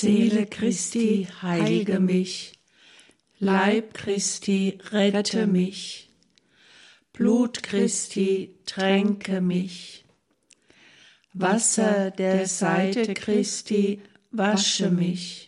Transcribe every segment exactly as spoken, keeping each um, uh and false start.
Seele Christi, heilige mich, Leib Christi, rette mich, Blut Christi, tränke mich, Wasser der Seite Christi, wasche mich,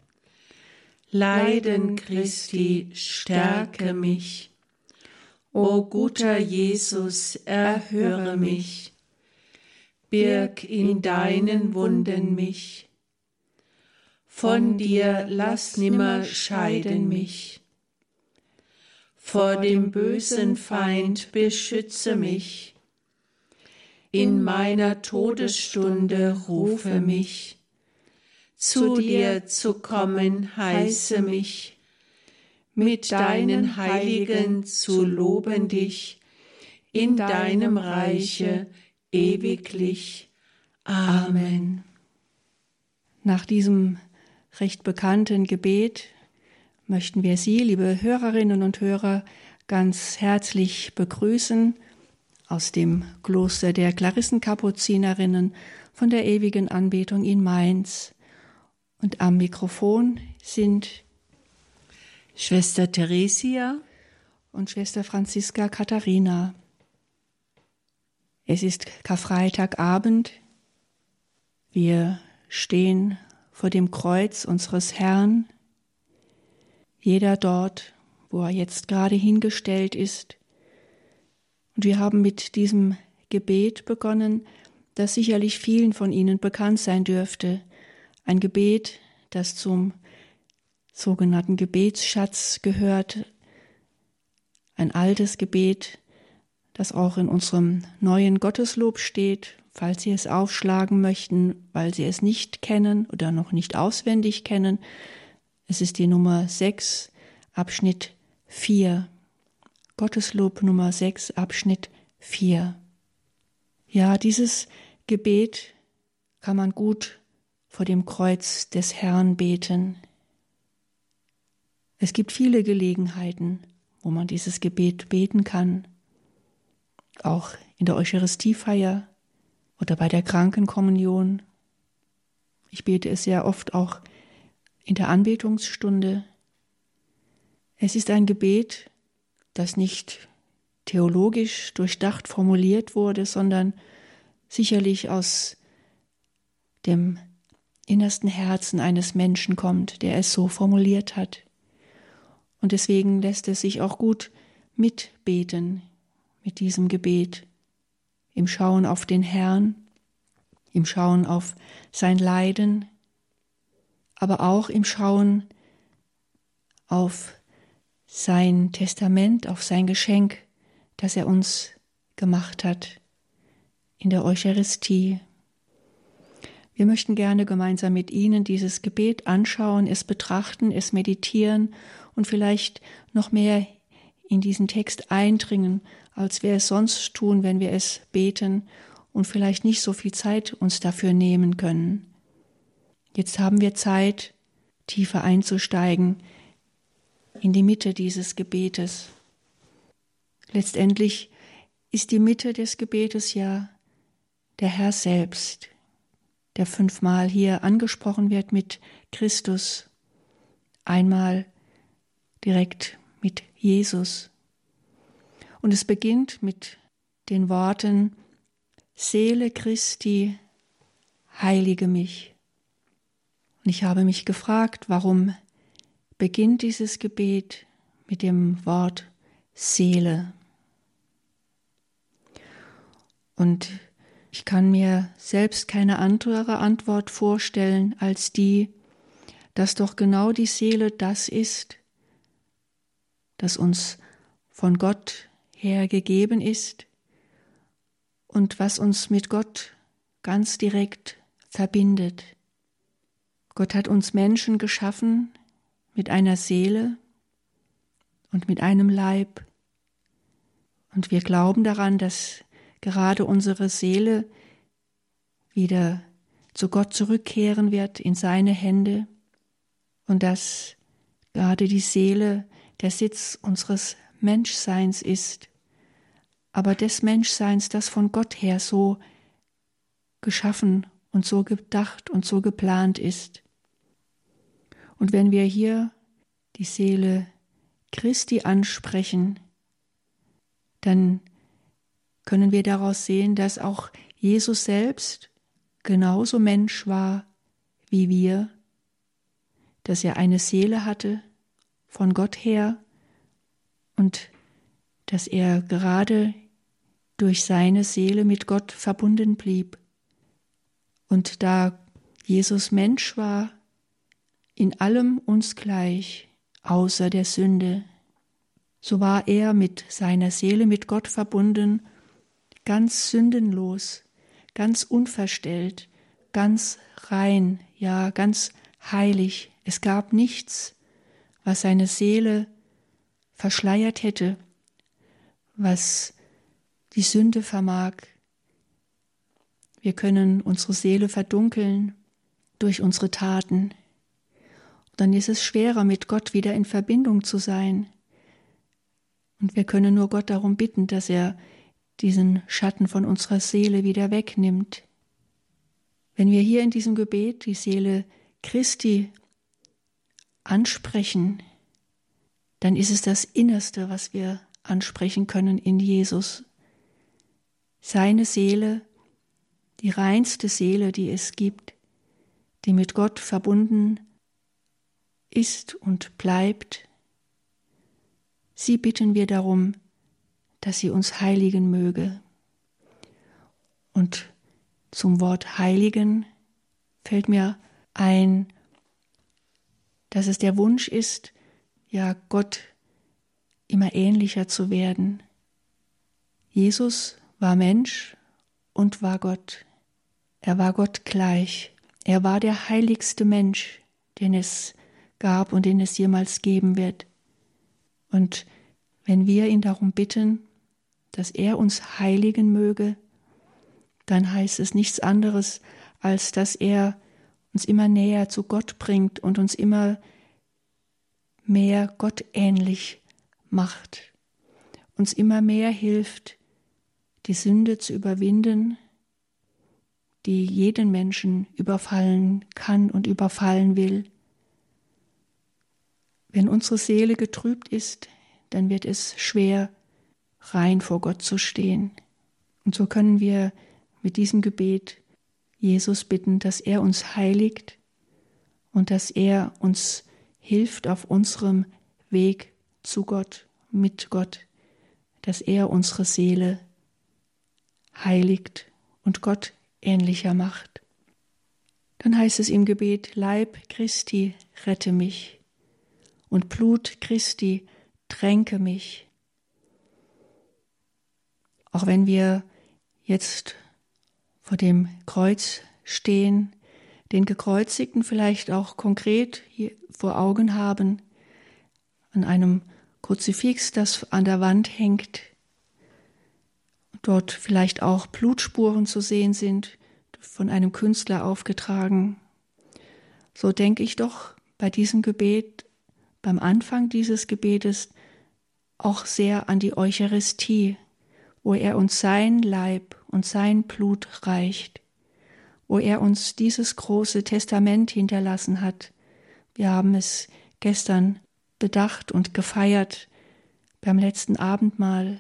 Leiden Christi, stärke mich, o guter Jesus, erhöre mich, birg in deinen Wunden mich, von dir lass nimmer scheiden mich, vor dem bösen Feind beschütze mich, in meiner Todesstunde rufe mich, zu dir zu kommen heiße mich, mit deinen Heiligen zu loben dich, in deinem Reiche ewiglich. Amen. Nach diesem recht bekannten Gebet möchten wir Sie, liebe Hörerinnen und Hörer, ganz herzlich begrüßen aus dem Kloster der Klarissenkapuzinerinnen von der ewigen Anbetung in Mainz. Und am Mikrofon sind Schwester Theresia und Schwester Franziska Katharina. Es ist Karfreitagabend. Wir stehen vor dem Kreuz unseres Herrn, jeder dort, wo er jetzt gerade hingestellt ist. Und wir haben mit diesem Gebet begonnen, das sicherlich vielen von Ihnen bekannt sein dürfte. Ein Gebet, das zum sogenannten Gebetsschatz gehört, ein altes Gebet, das auch in unserem neuen Gotteslob steht, falls Sie es aufschlagen möchten, weil Sie es nicht kennen oder noch nicht auswendig kennen. Es ist die Nummer sechs, Abschnitt vier. Gotteslob Nummer sechs, Abschnitt vier. Ja, dieses Gebet kann man gut vor dem Kreuz des Herrn beten. Es gibt viele Gelegenheiten, wo man dieses Gebet beten kann. Auch in der Eucharistiefeier oder bei der Krankenkommunion. Ich bete es sehr oft auch in der Anbetungsstunde. Es ist ein Gebet, das nicht theologisch durchdacht formuliert wurde, sondern sicherlich aus dem innersten Herzen eines Menschen kommt, der es so formuliert hat. Und deswegen lässt es sich auch gut mitbeten mit diesem Gebet, im Schauen auf den Herrn, im Schauen auf sein Leiden, aber auch im Schauen auf sein Testament, auf sein Geschenk, das er uns gemacht hat in der Eucharistie. Wir möchten gerne gemeinsam mit Ihnen dieses Gebet anschauen, es betrachten, es meditieren und vielleicht noch mehr in diesen Text eindringen, als wir es sonst tun, wenn wir es beten und vielleicht nicht so viel Zeit uns dafür nehmen können. Jetzt haben wir Zeit, tiefer einzusteigen in die Mitte dieses Gebetes. Letztendlich ist die Mitte des Gebetes ja der Herr selbst, der fünfmal hier angesprochen wird mit Christus, einmal direkt mit Jesus. Und es beginnt mit den Worten: Seele Christi, heilige mich. Und ich habe mich gefragt, warum beginnt dieses Gebet mit dem Wort Seele? Und ich kann mir selbst keine andere Antwort vorstellen als die, dass doch genau die Seele das ist, das uns von Gott her gegeben ist und was uns mit Gott ganz direkt verbindet. Gott hat uns Menschen geschaffen mit einer Seele und mit einem Leib. Und wir glauben daran, dass gerade unsere Seele wieder zu Gott zurückkehren wird in seine Hände und dass gerade die Seele der Sitz unseres Menschseins ist, aber des Menschseins, das von Gott her so geschaffen und so gedacht und so geplant ist. Und wenn wir hier die Seele Christi ansprechen, dann können wir daraus sehen, dass auch Jesus selbst genauso Mensch war wie wir, dass er eine Seele hatte von Gott her und dass er gerade durch seine Seele mit Gott verbunden blieb. Und da Jesus Mensch war, in allem uns gleich, außer der Sünde, so war er mit seiner Seele mit Gott verbunden, ganz sündenlos, ganz unverstellt, ganz rein, ja ganz heilig. Es gab nichts, was seine Seele verschleiert hätte, was die Sünde vermag. Wir können unsere Seele verdunkeln durch unsere Taten. Dann ist es schwerer, mit Gott wieder in Verbindung zu sein. Und wir können nur Gott darum bitten, dass er diesen Schatten von unserer Seele wieder wegnimmt. Wenn wir hier in diesem Gebet die Seele Christi ansprechen, dann ist es das Innerste, was wir ansprechen können in Jesus. Seine Seele, die reinste Seele, die es gibt, die mit Gott verbunden ist und bleibt. Sie bitten wir darum, dass sie uns heiligen möge. Und zum Wort heiligen fällt mir ein, dass es der Wunsch ist, ja Gott immer ähnlicher zu werden. Jesus war Mensch und war Gott. Er war Gott gleich. Er war der heiligste Mensch, den es gab und den es jemals geben wird. Und wenn wir ihn darum bitten, dass er uns heiligen möge, dann heißt es nichts anderes, als dass er uns immer näher zu Gott bringt und uns immer mehr gottähnlich macht, uns immer mehr hilft, die Sünde zu überwinden, die jeden Menschen überfallen kann und überfallen will. Wenn unsere Seele getrübt ist, dann wird es schwer, rein vor Gott zu stehen. Und so können wir mit diesem Gebet Jesus bitten, dass er uns heiligt und dass er uns hilft auf unserem Weg zu Gott, mit Gott, dass er unsere Seele heiligt und Gott ähnlicher macht. Dann heißt es im Gebet, Leib Christi, rette mich und Blut Christi, tränke mich. Auch wenn wir jetzt vor dem Kreuz stehen, den Gekreuzigten vielleicht auch konkret hier vor Augen haben, an einem Kruzifix, das an der Wand hängt, dort vielleicht auch Blutspuren zu sehen sind, von einem Künstler aufgetragen. So denke ich doch bei diesem Gebet, beim Anfang dieses Gebetes, auch sehr an die Eucharistie, wo er uns sein Leib und sein Blut reicht, wo er uns dieses große Testament hinterlassen hat. Wir haben es gestern bedacht und gefeiert beim letzten Abendmahl.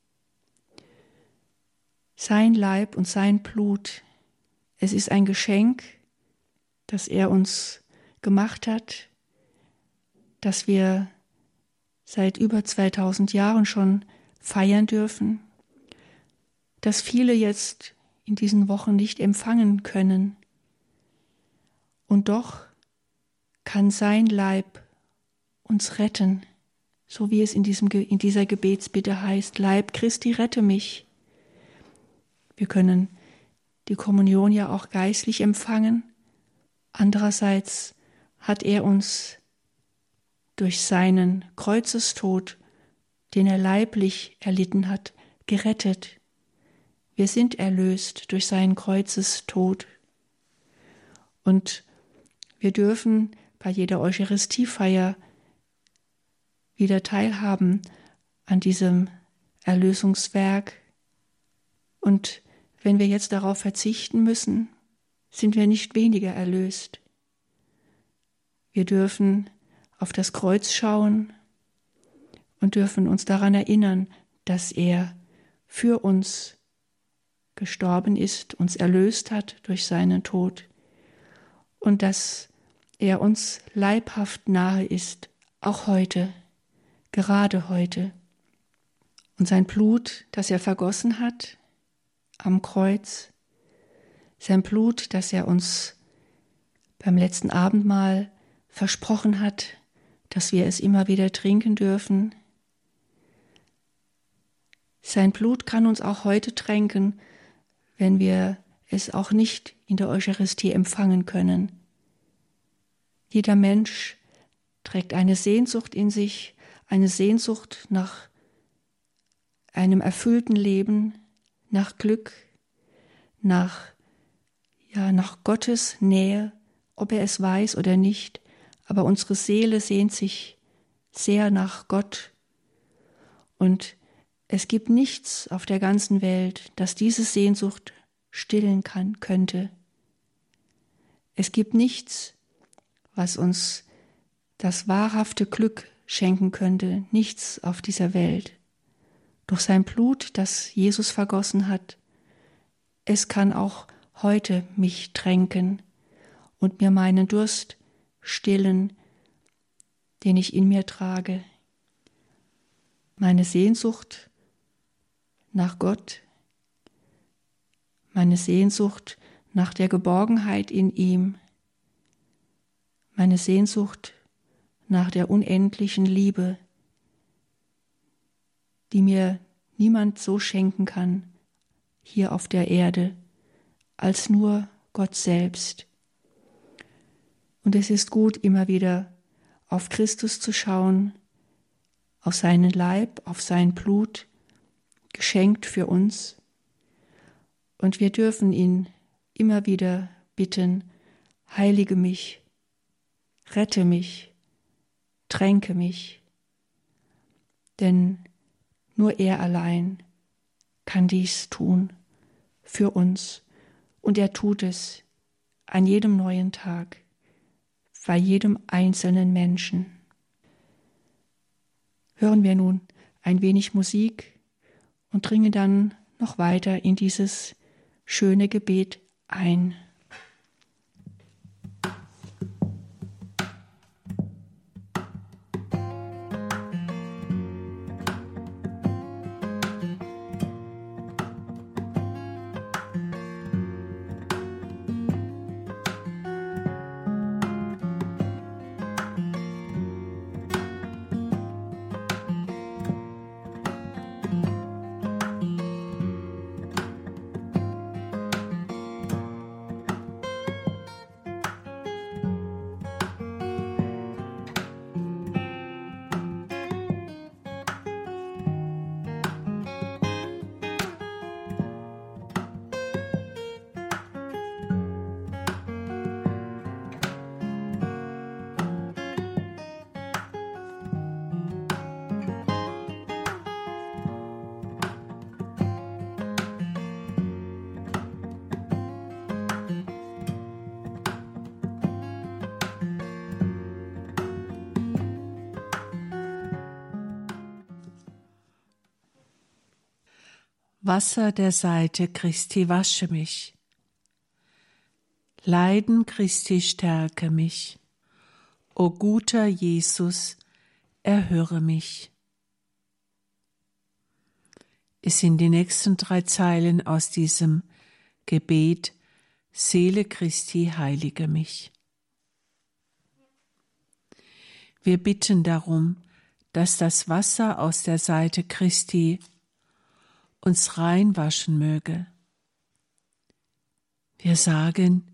Sein Leib und sein Blut, es ist ein Geschenk, das er uns gemacht hat, das wir seit über zweitausend Jahren schon feiern dürfen, das viele jetzt in diesen Wochen nicht empfangen können. Und doch kann sein Leib uns retten, so wie es in, diesem, in dieser Gebetsbitte heißt, Leib Christi, rette mich. Wir können die Kommunion ja auch geistlich empfangen. Andererseits hat er uns durch seinen Kreuzestod, den er leiblich erlitten hat, gerettet. Wir sind erlöst durch seinen Kreuzestod. Und wir dürfen bei jeder Eucharistiefeier wieder teilhaben an diesem Erlösungswerk. Und wenn wir jetzt darauf verzichten müssen, sind wir nicht weniger erlöst. Wir dürfen auf das Kreuz schauen und dürfen uns daran erinnern, dass er für uns gestorben ist, uns erlöst hat durch seinen Tod und dass er uns leibhaft nahe ist, auch heute, gerade heute. Und sein Blut, das er vergossen hat am Kreuz, sein Blut, das er uns beim letzten Abendmahl versprochen hat, dass wir es immer wieder trinken dürfen. Sein Blut kann uns auch heute tränken, wenn wir es auch nicht in der Eucharistie empfangen können. Jeder Mensch trägt eine Sehnsucht in sich, eine Sehnsucht nach einem erfüllten Leben, nach Glück, nach, ja, nach Gottes Nähe, ob er es weiß oder nicht, aber unsere Seele sehnt sich sehr nach Gott. Und es gibt nichts auf der ganzen Welt, das diese Sehnsucht stillen kann, könnte. Es gibt nichts, was uns das wahrhafte Glück schenken könnte, nichts auf dieser Welt. Durch sein Blut, das Jesus vergossen hat, es kann auch heute mich tränken und mir meinen Durst stillen, den ich in mir trage. Meine Sehnsucht nach Gott, meine Sehnsucht nach der Geborgenheit in ihm, meine Sehnsucht nach der unendlichen Liebe, die mir niemand so schenken kann hier auf der Erde, als nur Gott selbst. Und es ist gut, immer wieder auf Christus zu schauen, auf seinen Leib, auf sein Blut, geschenkt für uns. Und wir dürfen ihn immer wieder bitten, heilige mich, rette mich, tränke mich. Denn nur er allein kann dies tun für uns. Und er tut es an jedem neuen Tag, bei jedem einzelnen Menschen. Hören wir nun ein wenig Musik und dringen dann noch weiter in dieses schöne Gebet ein. Wasser der Seite Christi wasche mich. Leiden Christi stärke mich. O guter Jesus, erhöre mich. Es sind die nächsten drei Zeilen aus diesem Gebet: Seele Christi, heilige mich. Wir bitten darum, dass das Wasser aus der Seite Christi uns reinwaschen möge. Wir sagen,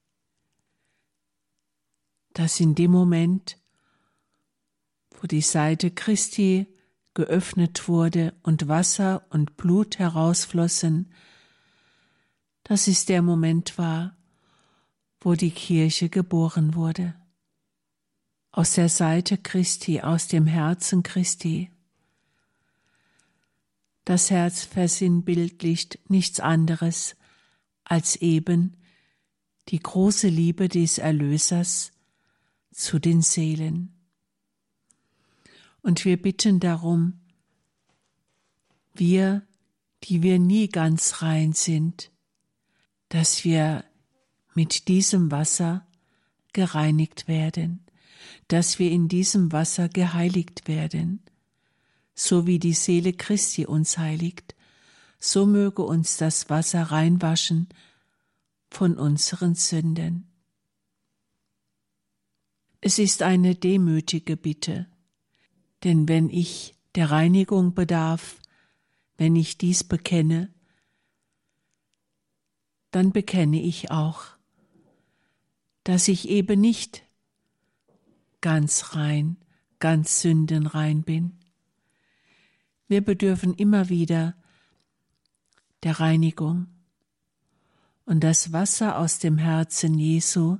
dass in dem Moment, wo die Seite Christi geöffnet wurde und Wasser und Blut herausflossen, dass es der Moment war, wo die Kirche geboren wurde. Aus der Seite Christi, aus dem Herzen Christi. Das Herz versinnbildlicht nichts anderes als eben die große Liebe des Erlösers zu den Seelen. Und wir bitten darum, wir, die wir nie ganz rein sind, dass wir mit diesem Wasser gereinigt werden, dass wir in diesem Wasser geheiligt werden. So wie die Seele Christi uns heiligt, so möge uns das Wasser reinwaschen von unseren Sünden. Es ist eine demütige Bitte, denn wenn ich der Reinigung bedarf, wenn ich dies bekenne, dann bekenne ich auch, dass ich eben nicht ganz rein, ganz sündenrein bin. Wir bedürfen immer wieder der Reinigung. Und das Wasser aus dem Herzen Jesu,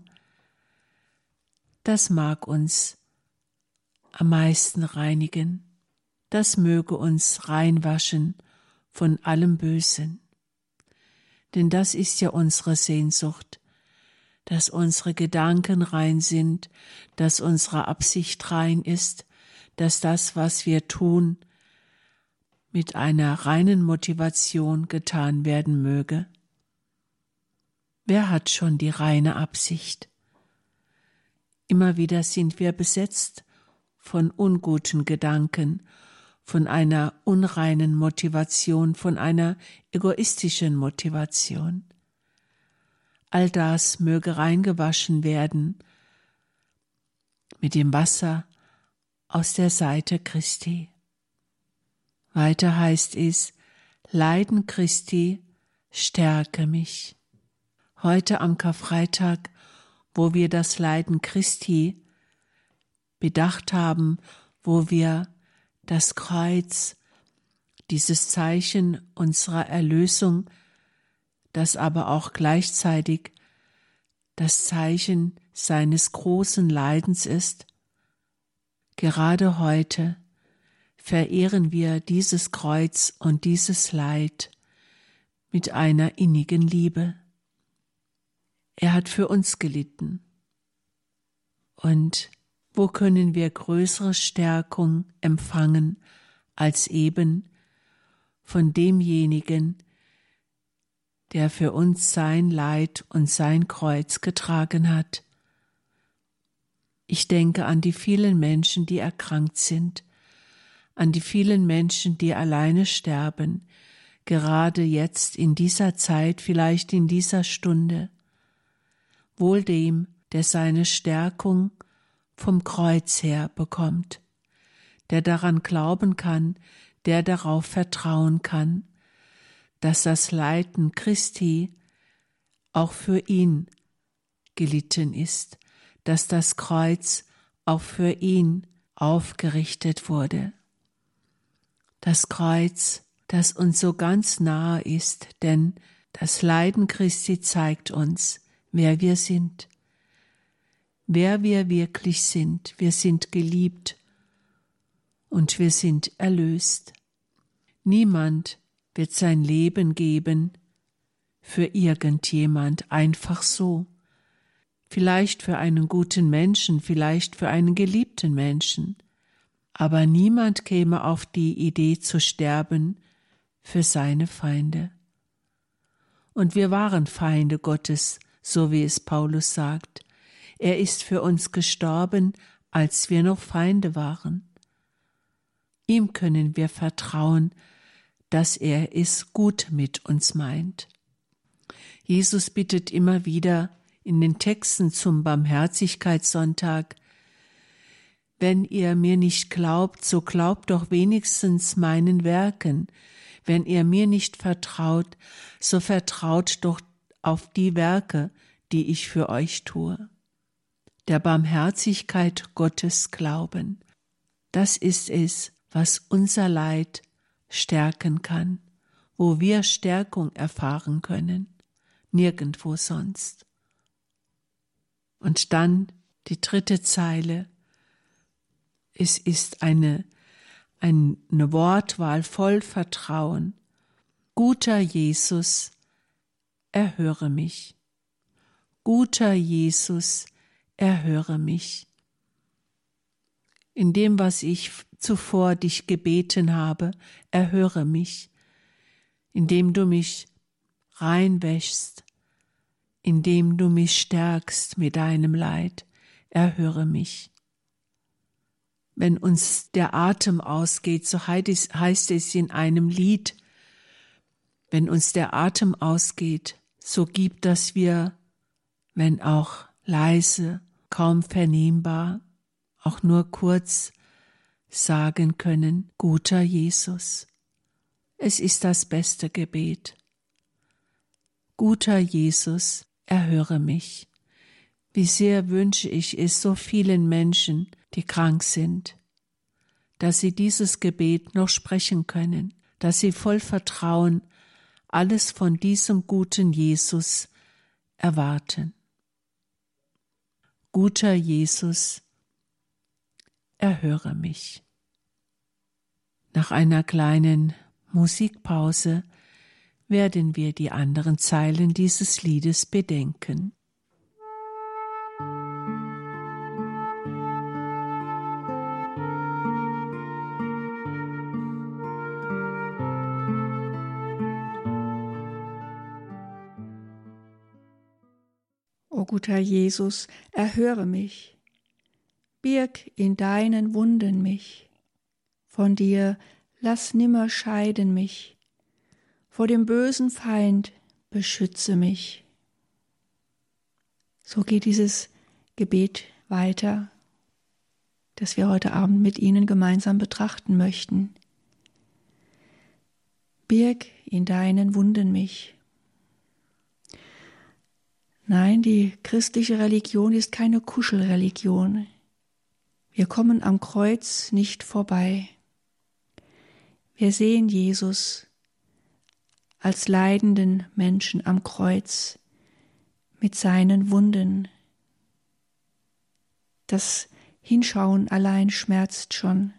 das mag uns am meisten reinigen. Das möge uns reinwaschen von allem Bösen. Denn das ist ja unsere Sehnsucht, dass unsere Gedanken rein sind, dass unsere Absicht rein ist, dass das, was wir tun, mit einer reinen Motivation getan werden möge. Wer hat schon die reine Absicht? Immer wieder sind wir besetzt von unguten Gedanken, von einer unreinen Motivation, von einer egoistischen Motivation. All das möge reingewaschen werden mit dem Wasser aus der Seite Christi. Weiter heißt es, Leiden Christi, stärke mich. Heute am Karfreitag, wo wir das Leiden Christi bedacht haben, wo wir das Kreuz, dieses Zeichen unserer Erlösung, das aber auch gleichzeitig das Zeichen seines großen Leidens ist, gerade heute verehren wir dieses Kreuz und dieses Leid mit einer innigen Liebe. Er hat für uns gelitten. Und wo können wir größere Stärkung empfangen als eben von demjenigen, der für uns sein Leid und sein Kreuz getragen hat? Ich denke an die vielen Menschen, die erkrankt sind, an die vielen Menschen, die alleine sterben, gerade jetzt in dieser Zeit, vielleicht in dieser Stunde. Wohl dem, der seine Stärkung vom Kreuz her bekommt, der daran glauben kann, der darauf vertrauen kann, dass das Leiden Christi auch für ihn gelitten ist, dass das Kreuz auch für ihn aufgerichtet wurde. Das Kreuz, das uns so ganz nahe ist, denn das Leiden Christi zeigt uns, wer wir sind, wer wir wirklich sind. Wir sind geliebt und wir sind erlöst. Niemand wird sein Leben geben für irgendjemand einfach so. Vielleicht für einen guten Menschen, vielleicht für einen geliebten Menschen, aber niemand käme auf die Idee zu sterben für seine Feinde. Und wir waren Feinde Gottes, so wie es Paulus sagt. Er ist für uns gestorben, als wir noch Feinde waren. Ihm können wir vertrauen, dass er es gut mit uns meint. Jesus bittet immer wieder in den Texten zum Barmherzigkeitssonntag: Wenn ihr mir nicht glaubt, so glaubt doch wenigstens meinen Werken. Wenn ihr mir nicht vertraut, so vertraut doch auf die Werke, die ich für euch tue. Der Barmherzigkeit Gottes glauben, das ist es, was unser Leid stärken kann, wo wir Stärkung erfahren können, nirgendwo sonst. Und dann die dritte Zeile: Es ist eine, eine Wortwahl voll Vertrauen. Guter Jesus, erhöre mich. Guter Jesus, erhöre mich. In dem, was ich zuvor dich gebeten habe, erhöre mich, indem du mich reinwäschst, indem du mich stärkst mit deinem Leid, erhöre mich. Wenn uns der Atem ausgeht, so heißt es in einem Lied, wenn uns der Atem ausgeht, so gib, dass wir, wenn auch leise, kaum vernehmbar, auch nur kurz sagen können, guter Jesus. Es ist das beste Gebet. Guter Jesus, erhöre mich. Wie sehr wünsche ich es so vielen Menschen, die krank sind, dass sie dieses Gebet noch sprechen können, dass sie voll Vertrauen alles von diesem guten Jesus erwarten. Guter Jesus, erhöre mich. Nach einer kleinen Musikpause werden wir die anderen Zeilen dieses Liedes bedenken. O guter Jesus, erhöre mich, birg in deinen Wunden mich, von dir lass nimmer scheiden mich, vor dem bösen Feind beschütze mich. So geht dieses Gebet weiter, das wir heute Abend mit Ihnen gemeinsam betrachten möchten. Birg in deinen Wunden mich. Nein, die christliche Religion ist keine Kuschelreligion. Wir kommen am Kreuz nicht vorbei. Wir sehen Jesus als leidenden Menschen am Kreuz mit seinen Wunden. Das Hinschauen allein schmerzt schon.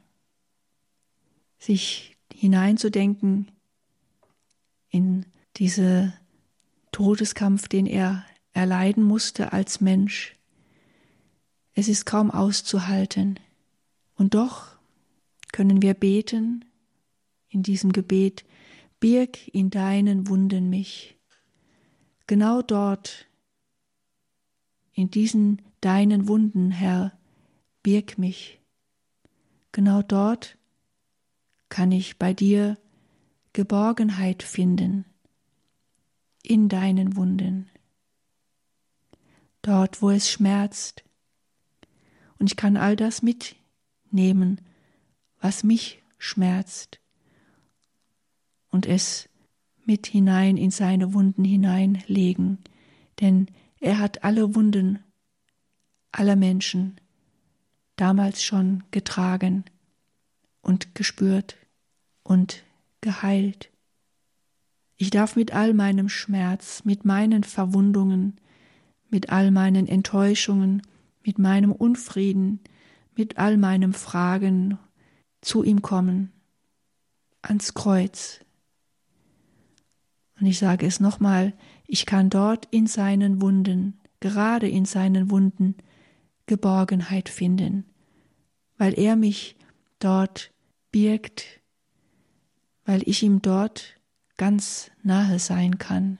Sich hineinzudenken in diesen Todeskampf, den er erleiden musste als Mensch. Es ist kaum auszuhalten. Und doch können wir beten in diesem Gebet, birg in deinen Wunden mich. Genau dort, in diesen deinen Wunden, Herr, birg mich. Genau dort kann ich bei dir Geborgenheit finden, in deinen Wunden. Dort, wo es schmerzt. Und ich kann all das mitnehmen, was mich schmerzt, und es mit hinein in seine Wunden hineinlegen, denn er hat alle Wunden aller Menschen damals schon getragen und gespürt und geheilt. Ich darf mit all meinem Schmerz, mit meinen Verwundungen, mit all meinen Enttäuschungen, mit meinem Unfrieden, mit all meinem Fragen zu ihm kommen, ans Kreuz. Und ich sage es nochmal, ich kann dort in seinen Wunden, gerade in seinen Wunden, Geborgenheit finden, weil er mich dort birgt, weil ich ihm dort ganz nahe sein kann.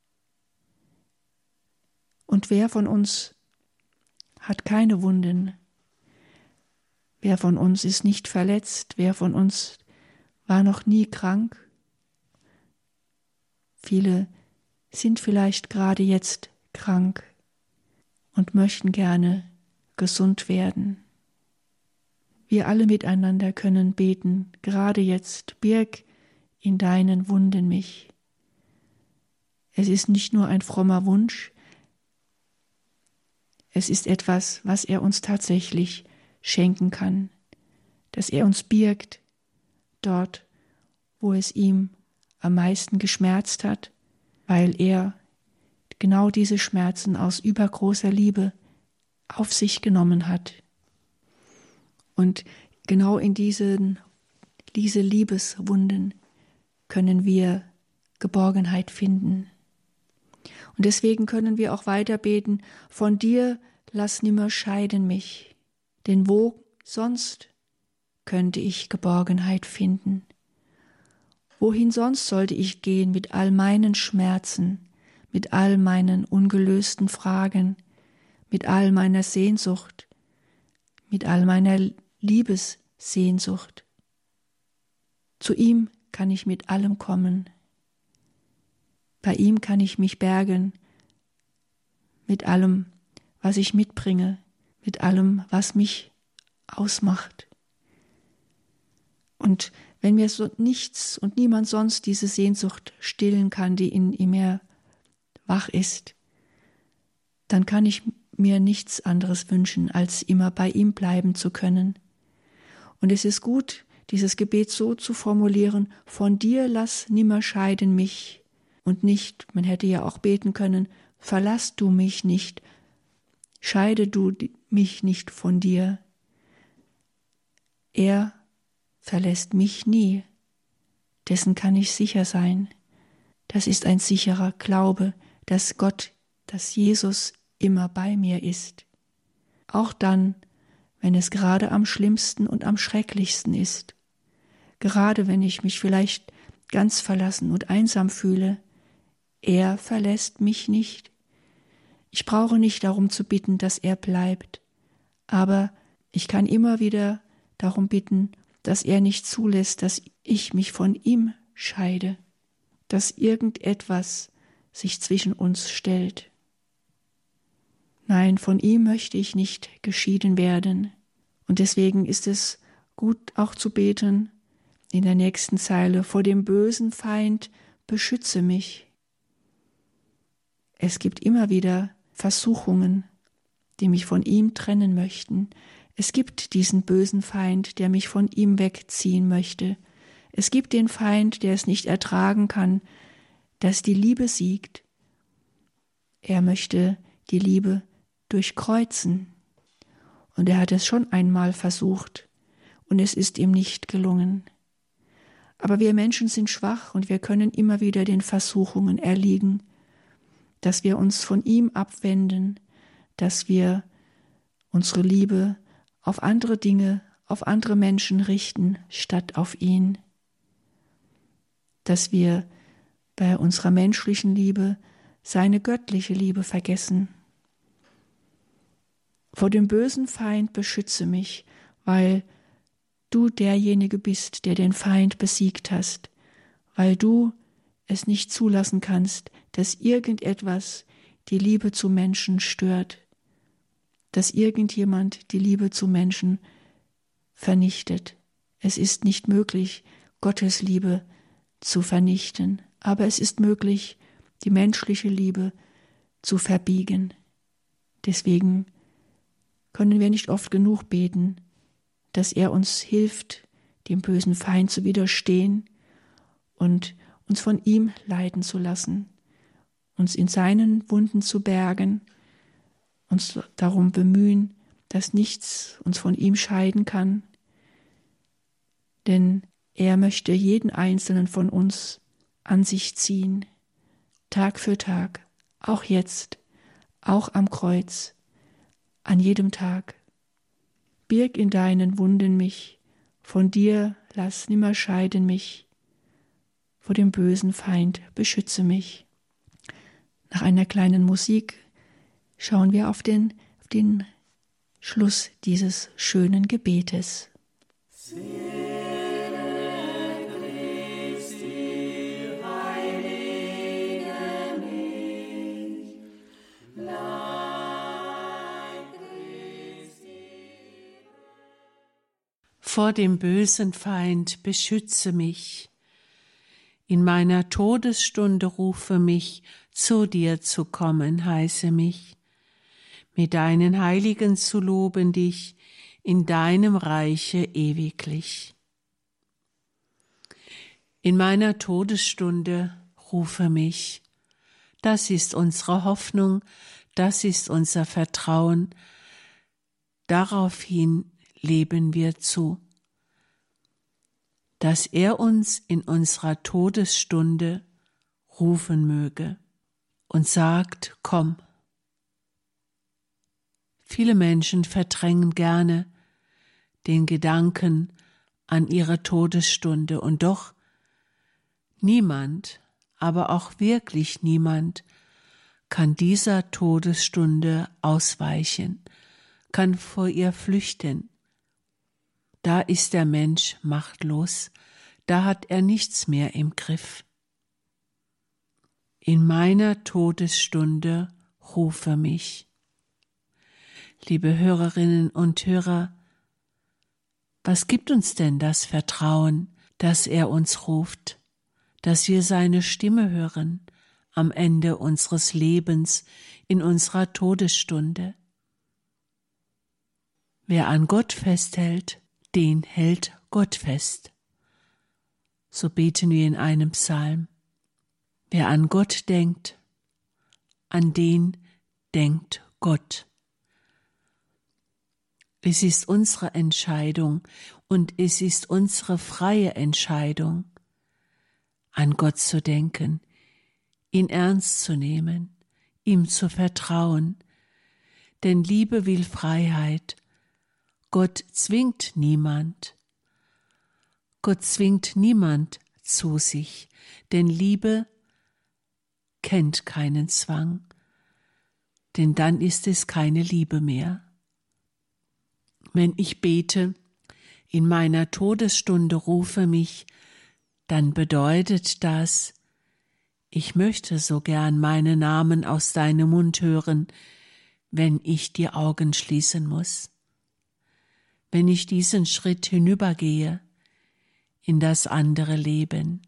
Und wer von uns hat keine Wunden? Wer von uns ist nicht verletzt? Wer von uns war noch nie krank? Viele sind vielleicht gerade jetzt krank und möchten gerne gesund werden. Wir alle miteinander können beten, gerade jetzt, birg in deinen Wunden mich. Es ist nicht nur ein frommer Wunsch, es ist etwas, was er uns tatsächlich schenken kann, dass er uns birgt, dort, wo es ihm am meisten geschmerzt hat, weil er genau diese Schmerzen aus übergroßer Liebe auf sich genommen hat. Und genau in diesen, diese Liebeswunden können wir Geborgenheit finden. Und deswegen können wir auch weiter beten, von dir lass nimmer scheiden mich, denn wo sonst könnte ich Geborgenheit finden. Wohin sonst sollte ich gehen mit all meinen Schmerzen, mit all meinen ungelösten Fragen, mit all meiner Sehnsucht, mit all meiner Liebessehnsucht? Zu ihm kann ich mit allem kommen. Bei ihm kann ich mich bergen, mit allem, was ich mitbringe, mit allem, was mich ausmacht. Und wenn mir so nichts und niemand sonst diese Sehnsucht stillen kann, die in, in mir wach ist, dann kann ich mir nichts anderes wünschen, als immer bei ihm bleiben zu können. Und es ist gut, dieses Gebet so zu formulieren: Von dir lass nimmer scheiden mich. Und nicht, man hätte ja auch beten können: Verlass du mich nicht, scheide du mich nicht von dir. Er verlässt mich nie, dessen kann ich sicher sein. Das ist ein sicherer Glaube, dass Gott, dass Jesus immer bei mir ist. Auch dann, wenn es gerade am schlimmsten und am schrecklichsten ist. Gerade wenn ich mich vielleicht ganz verlassen und einsam fühle. Er verlässt mich nicht. Ich brauche nicht darum zu bitten, dass er bleibt. Aber ich kann immer wieder darum bitten, dass er nicht zulässt, dass ich mich von ihm scheide, dass irgendetwas sich zwischen uns stellt. Nein, von ihm möchte ich nicht geschieden werden. Und deswegen ist es gut auch zu beten in der nächsten Zeile: Vor dem bösen Feind beschütze mich. Es gibt immer wieder Versuchungen, die mich von ihm trennen möchten. Es gibt diesen bösen Feind, der mich von ihm wegziehen möchte. Es gibt den Feind, der es nicht ertragen kann, dass die Liebe siegt. Er möchte die Liebe durchkreuzen. Und er hat es schon einmal versucht und es ist ihm nicht gelungen. Aber wir Menschen sind schwach und wir können immer wieder den Versuchungen erliegen, dass wir uns von ihm abwenden, dass wir unsere Liebe auf andere Dinge, auf andere Menschen richten, statt auf ihn. Dass wir bei unserer menschlichen Liebe seine göttliche Liebe vergessen. Vor dem bösen Feind beschütze mich, weil du derjenige bist, der den Feind besiegt hast, weil du es nicht zulassen kannst, dass irgendetwas die Liebe zu Menschen stört, dass irgendjemand die Liebe zu Menschen vernichtet. Es ist nicht möglich, Gottes Liebe zu vernichten, aber es ist möglich, die menschliche Liebe zu verbiegen. Deswegen können wir nicht oft genug beten, dass er uns hilft, dem bösen Feind zu widerstehen und uns von ihm leiten zu lassen, uns in seinen Wunden zu bergen, uns darum bemühen, dass nichts uns von ihm scheiden kann, denn er möchte jeden einzelnen von uns an sich ziehen, Tag für Tag, auch jetzt, auch am Kreuz, an jedem Tag. Birg in deinen Wunden mich, von dir lass nimmer scheiden mich, vor dem bösen Feind beschütze mich. Nach einer kleinen Musik schauen wir auf den, auf den Schluss dieses schönen Gebetes. Vor dem bösen Feind beschütze mich. In meiner Todesstunde rufe mich, zu dir zu kommen, heiße mich. Mit deinen Heiligen zu loben dich, in deinem Reiche ewiglich. In meiner Todesstunde rufe mich. Das ist unsere Hoffnung, das ist unser Vertrauen. Daraufhin leben wir zu, dass er uns in unserer Todesstunde rufen möge und sagt, komm. Viele Menschen verdrängen gerne den Gedanken an ihre Todesstunde, und doch niemand, aber auch wirklich niemand, kann dieser Todesstunde ausweichen, kann vor ihr flüchten. Da ist der Mensch machtlos, da hat er nichts mehr im Griff. In meiner Todesstunde rufe mich. Liebe Hörerinnen und Hörer, was gibt uns denn das Vertrauen, dass er uns ruft, dass wir seine Stimme hören am Ende unseres Lebens, in unserer Todesstunde? Wer an Gott festhält, den hält Gott fest. So beten wir in einem Psalm. Wer an Gott denkt, an den denkt Gott. Es ist unsere Entscheidung und es ist unsere freie Entscheidung, an Gott zu denken, ihn ernst zu nehmen, ihm zu vertrauen. Denn Liebe will Freiheit. Gott zwingt niemand. Gott zwingt niemand zu sich, denn Liebe kennt keinen Zwang, denn dann ist es keine Liebe mehr. Wenn ich bete, in meiner Todesstunde rufe mich, dann bedeutet das, ich möchte so gern meinen Namen aus deinem Mund hören, wenn ich die Augen schließen muss. Wenn ich diesen Schritt hinübergehe in das andere Leben.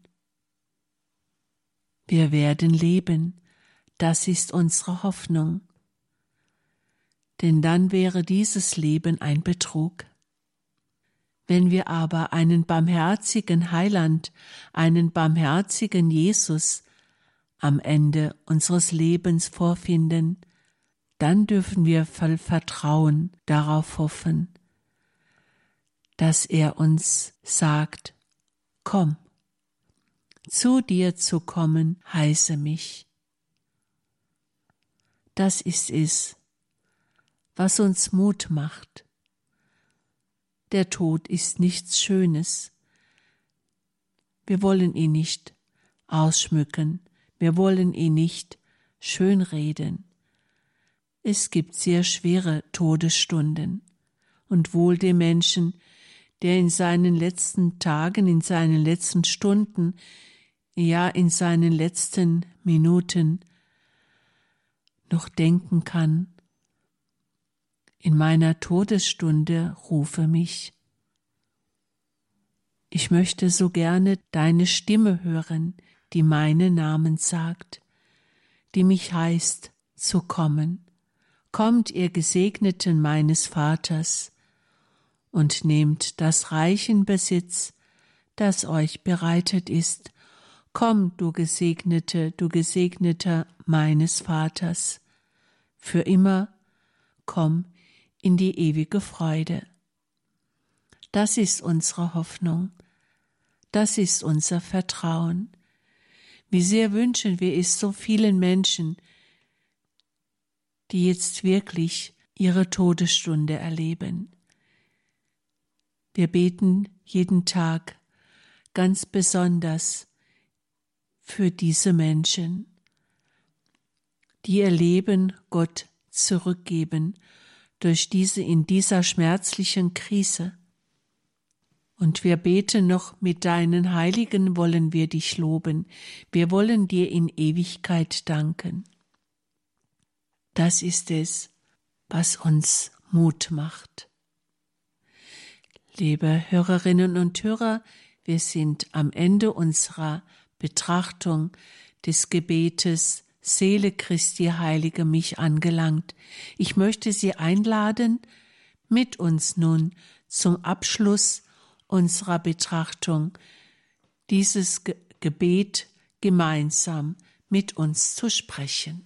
Wir werden leben, das ist unsere Hoffnung. Denn dann wäre dieses Leben ein Betrug. Wenn wir aber einen barmherzigen Heiland, einen barmherzigen Jesus am Ende unseres Lebens vorfinden, dann dürfen wir voll Vertrauen darauf hoffen, dass er uns sagt, komm, zu dir zu kommen, heiße mich. Das ist es, was uns Mut macht. Der Tod ist nichts Schönes. Wir wollen ihn nicht ausschmücken, wir wollen ihn nicht schönreden. Es gibt sehr schwere Todesstunden und wohl dem Menschen, der in seinen letzten Tagen, in seinen letzten Stunden, ja in seinen letzten Minuten noch denken kann, in meiner Todesstunde rufe mich. Ich möchte so gerne deine Stimme hören, die meinen Namen sagt, die mich heißt, zu kommen. Kommt, ihr Gesegneten meines Vaters, und nehmt das reichen Besitz, das euch bereitet ist. Komm, du Gesegnete, du Gesegneter meines Vaters, für immer komm in die ewige Freude. Das ist unsere Hoffnung, das ist unser Vertrauen. Wie sehr wünschen wir es so vielen Menschen, die jetzt wirklich ihre Todesstunde erleben. Wir beten jeden Tag ganz besonders für diese Menschen, die ihr Leben Gott zurückgeben durch diese in dieser schmerzlichen Krise. Und wir beten noch, mit deinen Heiligen wollen wir dich loben, wir wollen dir in Ewigkeit danken. Das ist es, was uns Mut macht. Liebe Hörerinnen und Hörer, wir sind am Ende unserer Betrachtung des Gebetes Seele Christi, heilige mich angelangt. Ich möchte Sie einladen, mit uns nun zum Abschluss unserer Betrachtung dieses Ge- Gebet gemeinsam mit uns zu sprechen.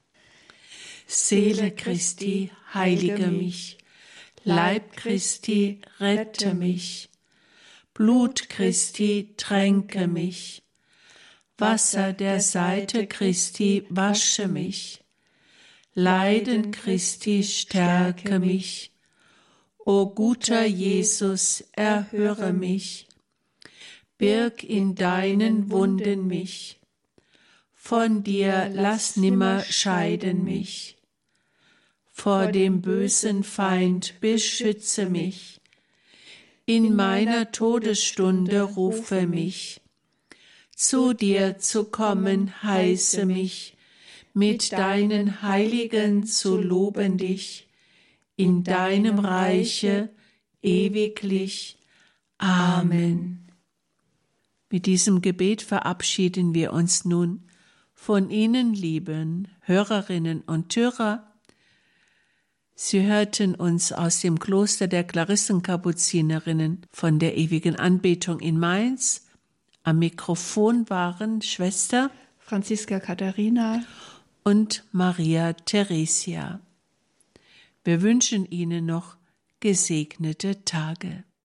Seele Christi, heilige mich, Leib Christi, rette mich, Blut Christi, tränke mich, Wasser der Seite Christi, wasche mich, Leiden Christi, stärke mich, O guter Jesus, erhöre mich, birg in deinen Wunden mich, von dir lass nimmer scheiden mich, vor dem bösen Feind beschütze mich, in meiner Todesstunde rufe mich, zu dir zu kommen heiße mich, mit deinen Heiligen zu loben dich, in deinem Reiche ewiglich. Amen. Mit diesem Gebet verabschieden wir uns nun von Ihnen, lieben Hörerinnen und Hörer. Sie hörten uns aus dem Kloster der Klarissenkapuzinerinnen von der ewigen Anbetung in Mainz. Am Mikrofon waren Schwester Franziska Katharina und Maria Theresia. Wir wünschen Ihnen noch gesegnete Tage.